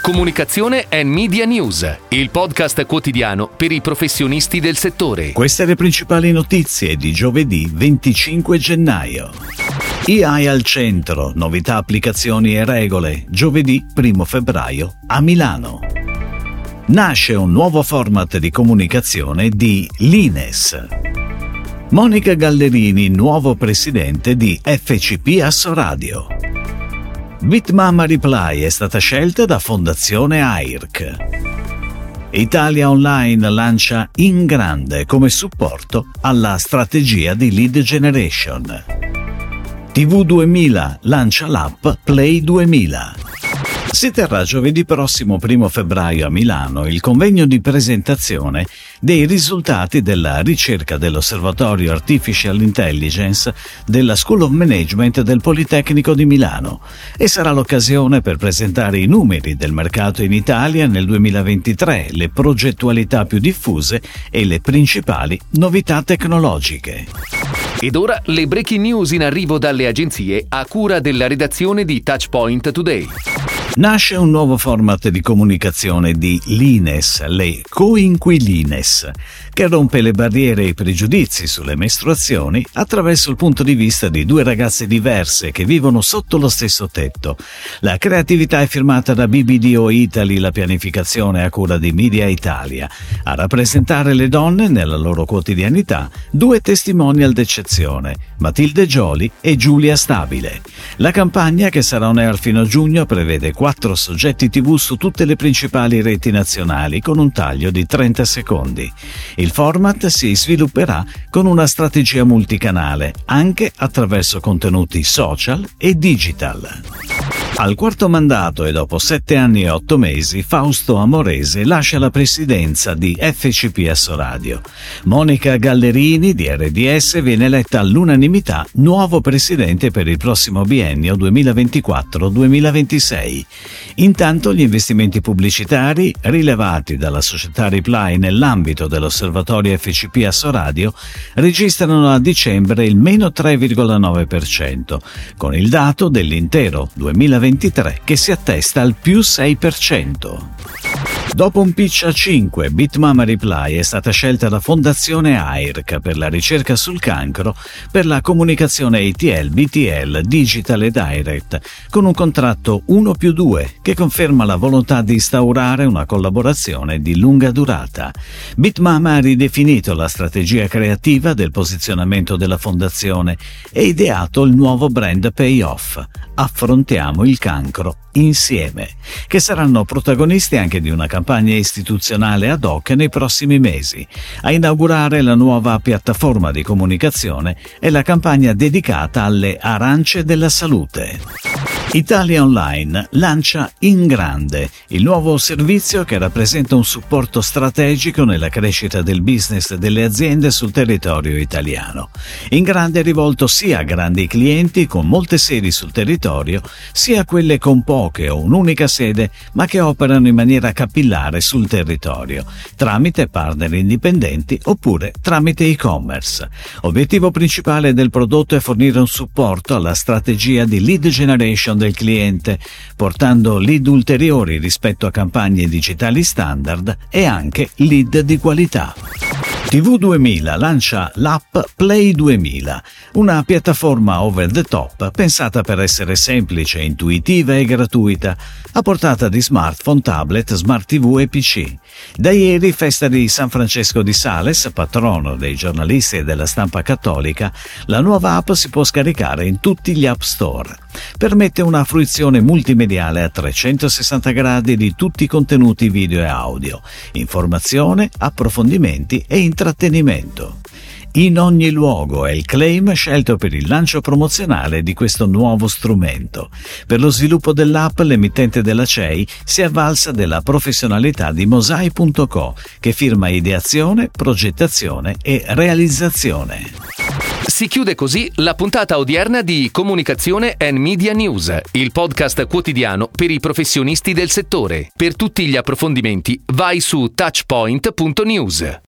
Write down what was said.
Comunicazione and Media News, il podcast quotidiano per i professionisti del settore. Queste le principali notizie di giovedì 25 gennaio. AI al centro, novità, applicazioni e regole, giovedì 1 febbraio a Milano. Nasce un nuovo format di comunicazione di l'Ines. Monica Gallerini, nuovo presidente di FCP Assoradio. Bitmama Reply è stata scelta da Fondazione AIRC. Italia Online lancia In Grande come supporto alla strategia di lead generation. TV 2000 lancia l'app Play 2000. Si terrà giovedì prossimo 1 febbraio a Milano il convegno di presentazione dei risultati della ricerca dell'Osservatorio Artificial Intelligence della School of Management del Politecnico di Milano e sarà l'occasione per presentare i numeri del mercato in Italia nel 2023, le progettualità più diffuse e le principali novità tecnologiche. Ed ora le breaking news in arrivo dalle agenzie a cura della redazione di Touchpoint Today. Nasce un nuovo format di comunicazione di l'Ines, le coinquilines, che rompe le barriere e i pregiudizi sulle mestruazioni attraverso il punto di vista di due ragazze diverse che vivono sotto lo stesso tetto. La creatività è firmata da BBDO Italy, la pianificazione a cura di Media Italia. A rappresentare le donne nella loro quotidianità, due testimonial d'eccezione, Matilde Gioli e Giulia Stabile. La campagna, che sarà on air fino a giugno, prevede 4 soggetti TV su tutte le principali reti nazionali con un taglio di 30 secondi. Il format si svilupperà con una strategia multicanale, anche attraverso contenuti social e digital. Al quarto mandato e dopo 7 anni e 8 mesi, Fausto Amorese lascia la presidenza di FCP Assoradio. Monica Gallerini di RDS viene eletta all'unanimità nuovo presidente per il prossimo biennio 2024-2026. Intanto gli investimenti pubblicitari rilevati dalla società Reply nell'ambito dell'osservatorio FCP Assoradio registrano a dicembre il meno 3,9%, con il dato dell'intero 2023 che si attesta al più 6%. Dopo un pitch a 5, Bitmama Reply è stata scelta da Fondazione AIRC per la ricerca sul cancro per la comunicazione ATL, BTL, Digital e Direct, con un contratto 1+2 che conferma la volontà di instaurare una collaborazione di lunga durata. Bitmama ha ridefinito la strategia creativa del posizionamento della fondazione e ideato il nuovo brand Payoff, Affrontiamo il cancro insieme, che saranno protagonisti anche di una campagna istituzionale ad hoc nei prossimi mesi. A inaugurare la nuova piattaforma di comunicazione è la campagna dedicata alle arance della salute. Italia Online lancia In Grande, il nuovo servizio che rappresenta un supporto strategico nella crescita del business delle aziende sul territorio italiano. In Grande è rivolto sia a grandi clienti con molte sedi sul territorio, sia a quelle con poche o un'unica sede ma che operano in maniera capillare sul territorio, tramite partner indipendenti oppure tramite e-commerce. Obiettivo principale del prodotto è fornire un supporto alla strategia di lead generation del cliente, portando lead ulteriori rispetto a campagne digitali standard e anche lead di qualità. TV 2000 lancia l'app Play 2000, una piattaforma over the top pensata per essere semplice, intuitiva e gratuita, a portata di smartphone, tablet, smart TV e PC. Da ieri, festa di San Francesco di Sales, patrono dei giornalisti e della stampa cattolica, la nuova app si può scaricare in tutti gli App Store. Permette una fruizione multimediale a 360 gradi di tutti i contenuti video e audio, informazione, approfondimenti e intrattenimento. In ogni luogo è il claim scelto per il lancio promozionale di questo nuovo strumento. Per lo sviluppo dell'app, l'emittente della CEI si è avvalsa della professionalità di Mosai.co, che firma ideazione, progettazione e realizzazione. Si chiude così la puntata odierna di Comunicazione and Media News, il podcast quotidiano per i professionisti del settore. Per tutti gli approfondimenti vai su touchpoint.news.